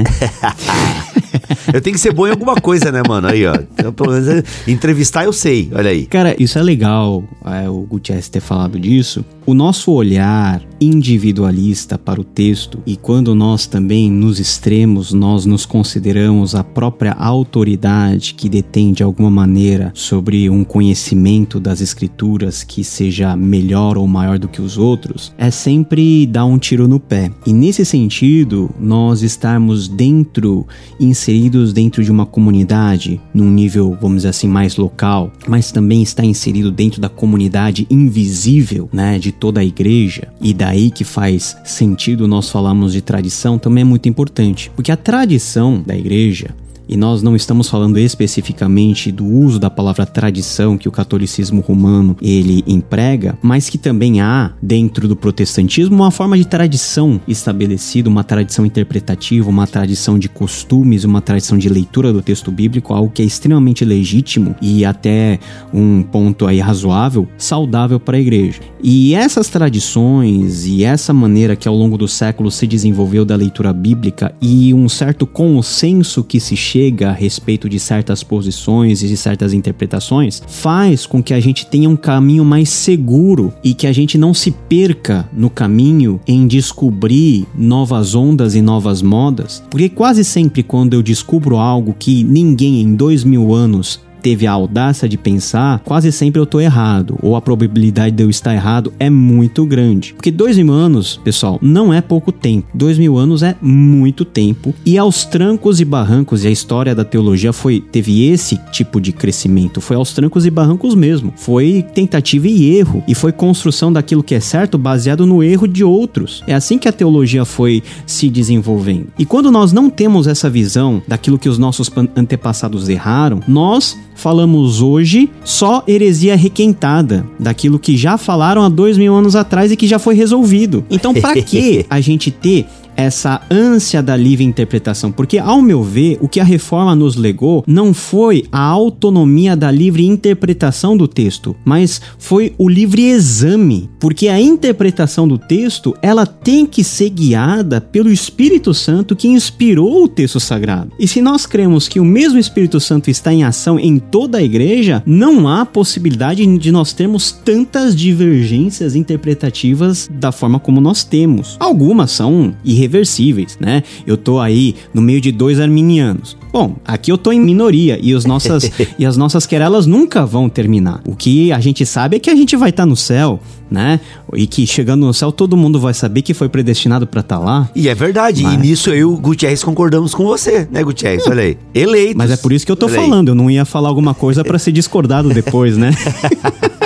Speaker 2: Eu tenho que ser bom em alguma coisa, né, mano? Aí, ó. Então, pelo menos entrevistar eu sei, olha aí.
Speaker 3: Cara, isso é legal, é, o Gutierrez ter falado disso. O nosso olhar individualista para o texto, e quando nós também nos extremos, nós nos consideramos a própria autoridade que detém de alguma maneira sobre um conhecimento das escrituras que seja melhor ou maior do que os outros, é sempre dar um tiro no pé. E nesse sentido, nós estarmos dentro, inseridos dentro de uma comunidade, num nível, vamos dizer assim, mais local, mas também está inserido dentro da comunidade invisível, né, de toda a igreja, e daí que faz sentido nós falarmos de tradição, também é muito importante, porque a tradição da igreja, e nós não estamos falando especificamente do uso da palavra tradição que o catolicismo romano ele emprega, mas que também há dentro do protestantismo uma forma de tradição estabelecida, uma tradição interpretativa, uma tradição de costumes, uma tradição de leitura do texto bíblico, algo que é extremamente legítimo e até um ponto aí razoável, saudável para a igreja. E essas tradições e essa maneira que ao longo do século se desenvolveu da leitura bíblica e um certo consenso que se chega a respeito de certas posições e de certas interpretações, faz com que a gente tenha um caminho mais seguro e que a gente não se perca no caminho em descobrir novas ondas e novas modas, porque quase sempre quando eu descubro algo que ninguém em dois mil anos teve a audácia de pensar, quase sempre eu tô errado, ou a probabilidade de eu estar errado é muito grande. Porque dois mil anos, pessoal, não é pouco tempo. Dois mil anos é muito tempo, e aos trancos e barrancos, e a história da teologia foi, teve esse tipo de crescimento, foi aos trancos e barrancos mesmo. Foi tentativa e erro, e foi construção daquilo que é certo baseado no erro de outros. É assim que a teologia foi se desenvolvendo. E quando nós não temos essa visão daquilo que os nossos antepassados erraram, nós falamos hoje só heresia requentada, daquilo que já falaram há dois mil anos atrás e que já foi resolvido. Então, para que a gente ter essa ânsia da livre interpretação? Porque, ao meu ver, o que a reforma nos legou não foi a autonomia da livre interpretação do texto, mas foi o livre exame, porque a interpretação do texto, ela tem que ser guiada pelo Espírito Santo que inspirou o texto sagrado. E se nós cremos que o mesmo Espírito Santo está em ação em toda a igreja, não há possibilidade de nós termos tantas divergências interpretativas da forma como nós temos. Algumas são irreversíveis, irreversíveis, né? Eu tô aí no meio de dois arminianos. Bom, aqui eu tô em minoria e, os nossas, e as nossas querelas nunca vão terminar. O que a gente sabe é que a gente vai estar tá no céu, né? E que chegando no céu todo mundo vai saber que foi predestinado pra estar tá lá.
Speaker 2: E é verdade, mas... e nisso eu e o Gutierrez concordamos com você, né, Gutierrez? Olha aí, eleitos.
Speaker 3: Mas é por isso que eu tô
Speaker 2: Olha
Speaker 3: falando,
Speaker 2: aí.
Speaker 3: Eu não ia falar alguma coisa pra ser discordado depois, né?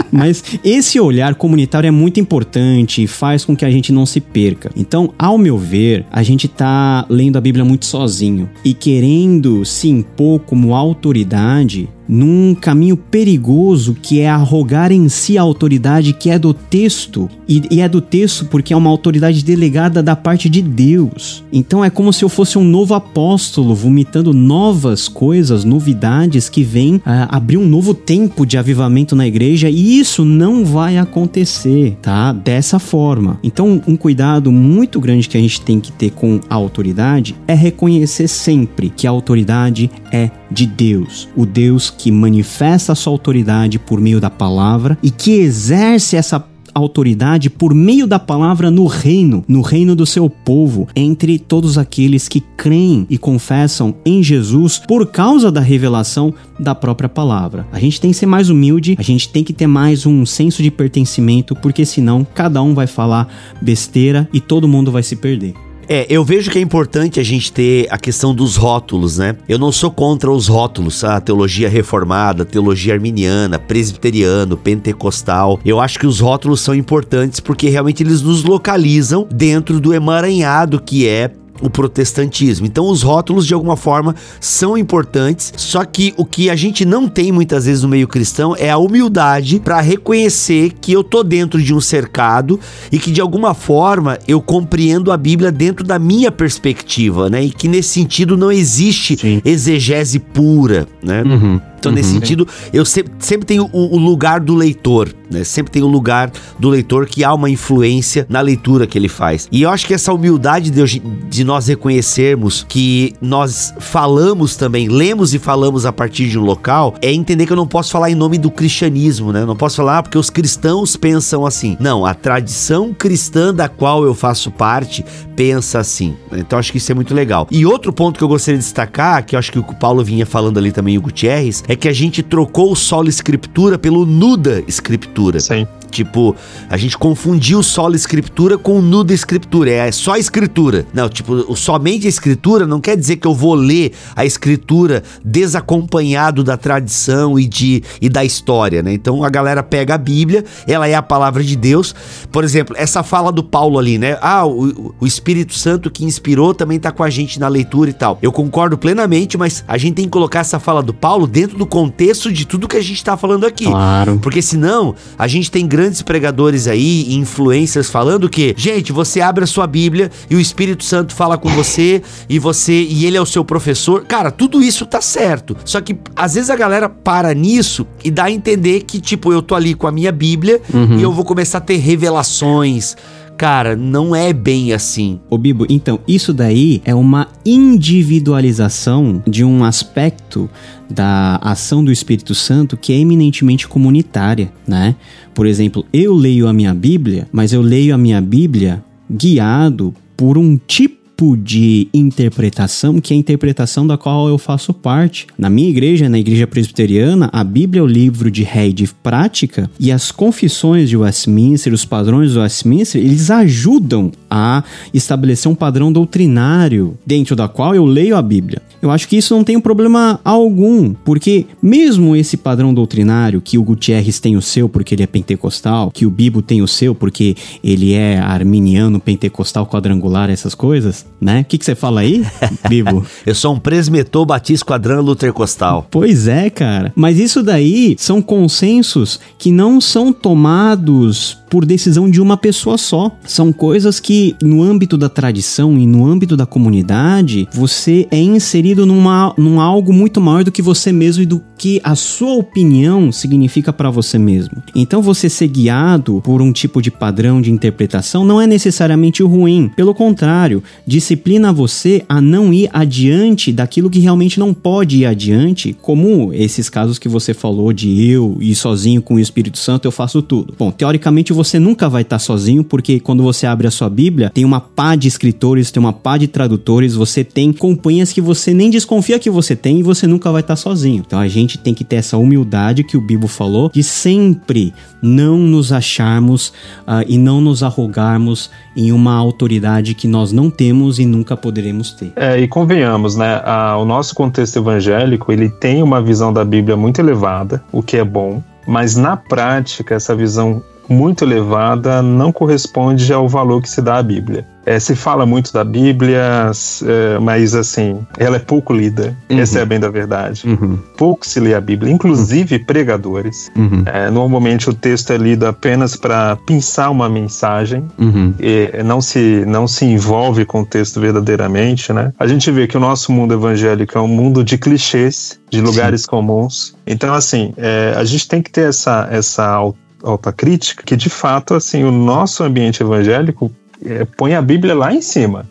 Speaker 3: Mas esse olhar comunitário é muito importante e faz com que a gente não se perca. Então, ao meu ver, a gente tá lendo a Bíblia muito sozinho e querendo se impor como autoridade num caminho perigoso que é arrogar em si a autoridade que é do texto, e, e é do texto porque é uma autoridade delegada da parte de Deus. Então é como se eu fosse um novo apóstolo vomitando novas coisas, novidades que vêm uh, abrir um novo tempo de avivamento na igreja, e isso não vai acontecer, tá? Dessa forma. Então um cuidado muito grande que a gente tem que ter com a autoridade é reconhecer sempre que a autoridade é de Deus, o Deus que manifesta a sua autoridade por meio da palavra e que exerce essa autoridade por meio da palavra no reino, no reino do seu povo, entre todos aqueles que creem e confessam em Jesus por causa da revelação da própria palavra. A gente tem que ser mais humilde, a gente tem que ter mais um senso de pertencimento, porque senão cada um vai falar besteira e todo mundo vai se perder.
Speaker 2: É, eu vejo que é importante a gente ter a questão dos rótulos, né? Eu não sou contra os rótulos, a teologia reformada, teologia arminiana, presbiteriano, pentecostal. Eu acho que os rótulos são importantes porque realmente eles nos localizam dentro do emaranhado que é o protestantismo. Então os rótulos de alguma forma são importantes, só que o que a gente não tem muitas vezes no meio cristão é a humildade para reconhecer que eu tô dentro de um cercado e que de alguma forma eu compreendo a Bíblia dentro da minha perspectiva, né? E que nesse sentido não existe Sim. exegese pura, né? Uhum. Então, uhum. nesse sentido, eu sempre, sempre tenho o, o lugar do leitor, né? Sempre tem o lugar do leitor que há uma influência na leitura que ele faz. E eu acho que essa humildade de, de nós reconhecermos que nós falamos também, lemos e falamos a partir de um local, é entender que eu não posso falar em nome do cristianismo, né? Eu não posso falar ah, porque os cristãos pensam assim. Não, a tradição cristã da qual eu faço parte pensa assim. Então, acho que isso é muito legal. E outro ponto que eu gostaria de destacar, que eu acho que o Paulo vinha falando ali também, o Gutierrez, é que a gente trocou o solo escritura pelo nuda escritura.
Speaker 4: Sim.
Speaker 2: Tipo, a gente confundiu solo escritura com nuda escritura. É só escritura. Não, tipo, o somente a escritura não quer dizer que eu vou ler a escritura desacompanhado da tradição e, de, e da história, né? Então a galera pega a Bíblia, ela é a palavra de Deus. Por exemplo, essa fala do Paulo ali, né? Ah, o, o Espírito Santo que inspirou também tá com a gente na leitura e tal. Eu concordo plenamente, mas a gente tem que colocar essa fala do Paulo dentro do contexto de tudo que a gente tá falando aqui.
Speaker 3: Claro.
Speaker 2: Porque senão, a gente tem grandes pregadores aí, influencers falando que, gente, você abre a sua Bíblia e o Espírito Santo fala com você e você e ele é o seu professor. Cara, tudo isso tá certo. Só que às vezes a galera para nisso e dá a entender que, tipo, eu tô ali com a minha Bíblia uhum. e eu vou começar a ter revelações. Cara, não é bem assim.
Speaker 3: Ô Bibo, então, isso daí é uma individualização de um aspecto da ação do Espírito Santo que é eminentemente comunitária, né? Por exemplo, eu leio a minha Bíblia, mas eu leio a minha Bíblia guiado por um tipo de interpretação, que é a interpretação da qual eu faço parte. Na minha igreja, na igreja presbiteriana, a Bíblia é o livro de ré e de prática, e as confissões de Westminster, os padrões de Westminster, eles ajudam a estabelecer um padrão doutrinário dentro da qual eu leio a Bíblia. Eu acho que isso não tem problema algum, porque mesmo esse padrão doutrinário, que o Gutierrez tem o seu porque ele é pentecostal, que o Bibo tem o seu porque ele é arminiano, pentecostal, quadrangular, essas coisas, né? O que que você fala aí, Bibo?
Speaker 2: Eu sou um presmetor batista quadrângulo lutercostal.
Speaker 3: Pois é, cara. Mas isso daí são consensos que não são tomados por decisão de uma pessoa só. São coisas que, no âmbito da tradição e no âmbito da comunidade, você é inserido numa, num algo muito maior do que você mesmo e do que a sua opinião significa para você mesmo. Então, você ser guiado por um tipo de padrão de interpretação não é necessariamente ruim. Pelo contrário, disciplina você a não ir adiante daquilo que realmente não pode ir adiante, como esses casos que você falou de eu ir sozinho com o Espírito Santo, eu faço tudo. Bom, teoricamente, você nunca vai estar sozinho, porque quando você abre a sua Bíblia, tem uma pá de escritores, tem uma pá de tradutores, você tem companhias que você nem desconfia que você tem e você nunca vai estar sozinho. Então a gente tem que ter essa humildade que o Bibo falou, de sempre não nos acharmos uh, e não nos arrogarmos em uma autoridade que nós não temos e nunca poderemos ter.
Speaker 4: É, e convenhamos, né, a, o nosso contexto evangélico, ele tem uma visão da Bíblia muito elevada, o que é bom. mas na prática essa visão muito elevada não corresponde ao valor que se dá à Bíblia. É, se fala muito da Bíblia, é, mas assim, ela é pouco lida, uhum. essa é a bem da verdade. Uhum. Pouco se lê a Bíblia, inclusive uhum. pregadores. Uhum. É, normalmente o texto é lido apenas para pensar uma mensagem, uhum. e não se, não se envolve com o texto verdadeiramente, né? A gente vê que o nosso mundo evangélico é um mundo de clichês, de lugares Sim. comuns. Então, assim, é, a gente tem que ter essa, essa alta crítica, que de fato, assim, o nosso ambiente evangélico É, põe a Bíblia lá em cima,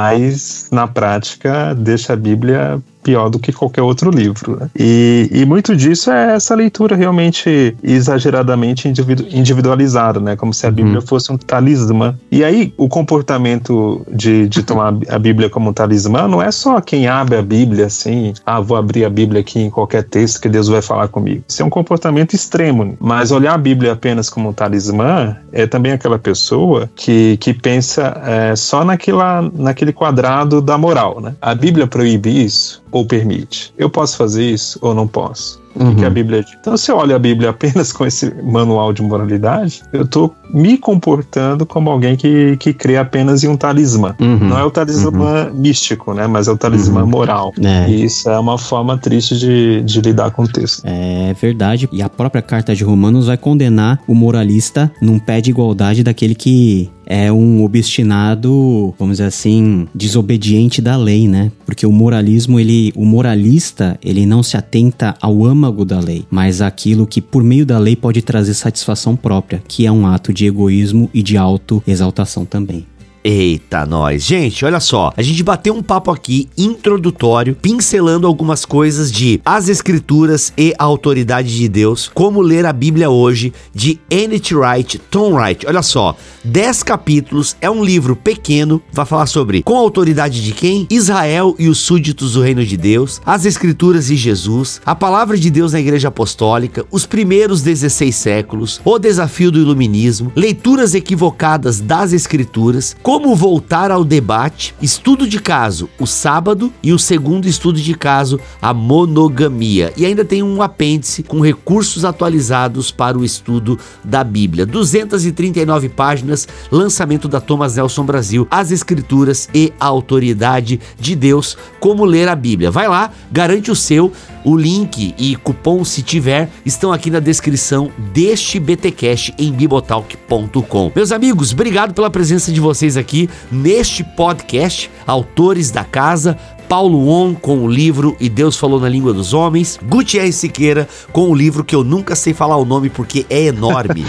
Speaker 4: mas na prática deixa a Bíblia pior do que qualquer outro livro, né? E, e muito disso é essa leitura realmente exageradamente individu- individualizada, né? Como se a Bíblia uhum. fosse um talismã. E aí o comportamento de, de tomar a Bíblia como um talismã não é só quem abre a Bíblia assim, ah, vou abrir a Bíblia aqui em qualquer texto que Deus vai falar comigo. Isso é um comportamento extremo, mas olhar a Bíblia apenas como um talismã é também aquela pessoa que, que pensa é, só naquela, naquele quadrado da moral, né? A Bíblia proíbe isso ou permite? Eu posso fazer isso ou não posso? O uhum. que a Bíblia diz? Então, se eu olho a Bíblia apenas com esse manual de moralidade, eu estou me comportando como alguém que, que crê apenas em um talismã. Uhum. Não é o talismã uhum. místico, né? Mas é o talismã uhum. moral. É. E isso é uma forma triste de, de lidar com o texto.
Speaker 3: É verdade. E a própria carta de Romanos vai condenar o moralista num pé de igualdade daquele que é um obstinado, vamos dizer assim, desobediente da lei, né? Porque o moralismo, ele, o moralista, ele não se atenta ao âmago da lei, mas aquilo que por meio da lei pode trazer satisfação própria, que é um ato de egoísmo e de autoexaltação também.
Speaker 2: Eita, nós. Gente, olha só. A gente bateu um papo aqui introdutório, pincelando algumas coisas de As Escrituras e a Autoridade de Deus, como ler a Bíblia hoje, de N T Wright, Tom Wright. Olha só, dez capítulos, é um livro pequeno, vai falar sobre com a autoridade de quem? Israel e os súditos do reino de Deus, as Escrituras e Jesus, a palavra de Deus na Igreja Apostólica, os primeiros dezesseis séculos, o desafio do iluminismo, leituras equivocadas das Escrituras, como voltar ao debate, estudo de caso, o sábado, e o segundo estudo de caso, a monogamia. E ainda tem um apêndice com recursos atualizados para o estudo da Bíblia. duzentas e trinta e nove páginas, lançamento da Thomas Nelson Brasil, As Escrituras e a Autoridade de Deus, como ler a Bíblia. Vai lá, garante o seu, o link e cupom, se tiver, estão aqui na descrição deste BTcast em bibotalk ponto com. Meus amigos, obrigado pela presença de vocês aqui aqui neste podcast, autores da casa, Paulo On com o livro E Deus Falou na Língua dos Homens, Gutierrez Siqueira com o livro que eu nunca sei falar o nome porque é enorme.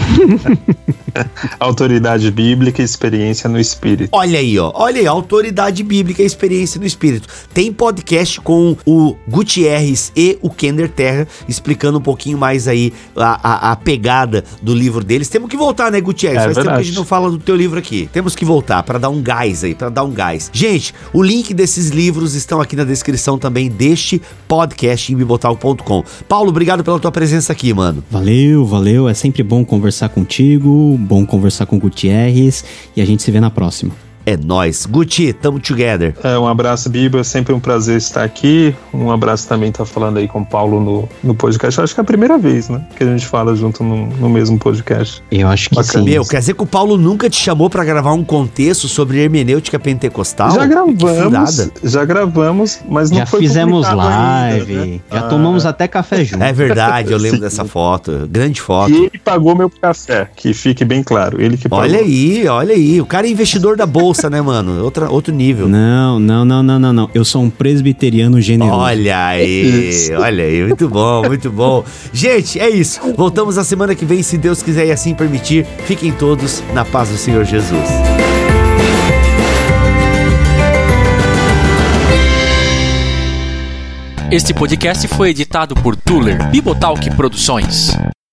Speaker 4: Autoridade Bíblica e Experiência no Espírito.
Speaker 2: Olha aí, ó. Olha aí, Autoridade Bíblica e Experiência no Espírito. Tem podcast com o Gutierrez e o Kender Terra, explicando um pouquinho mais aí a, a, a pegada do livro deles. Temos que voltar, né, Gutierrez? É, Faz verdade. tempo que a gente não fala do teu livro aqui. Temos que voltar para dar um gás aí, para dar um gás. Gente, o link desses livros estão aqui na descrição também deste podcast em bibotalk ponto com. Paulo, obrigado pela tua presença aqui, mano.
Speaker 3: Valeu, valeu. É sempre bom conversar contigo, bom conversar com o Gutierrez e a gente se vê na próxima.
Speaker 2: É nóis. Guti, tamo together.
Speaker 4: É, um abraço, Biba. É sempre um prazer estar aqui. Um abraço também, tá falando aí com o Paulo no, no podcast. Eu acho que é a primeira vez, né? Que a gente fala junto no, no mesmo podcast.
Speaker 3: Eu acho que
Speaker 2: Bacana.
Speaker 3: sim.
Speaker 2: Meu, quer dizer que o Paulo nunca te chamou pra gravar um contexto sobre hermenêutica pentecostal?
Speaker 4: Já gravamos, já gravamos, mas não
Speaker 3: já
Speaker 4: foi
Speaker 3: fizemos live, ainda, né? Já ah, tomamos até café junto.
Speaker 2: É verdade, eu lembro dessa foto. Grande foto.
Speaker 4: E ele pagou meu café, que fique bem claro. Ele que pagou.
Speaker 2: Olha aí, olha aí. O cara é investidor da bolsa, né, mano? Outra, outro nível.
Speaker 3: Não, não, não, não, não, não. Eu sou um presbiteriano generoso.
Speaker 2: Olha aí, olha aí. Muito bom, muito bom. Gente, é isso. Voltamos na semana que vem, se Deus quiser e assim permitir. Fiquem todos na paz do Senhor Jesus.
Speaker 5: Este podcast foi editado por Tuller Bibotalk Produções.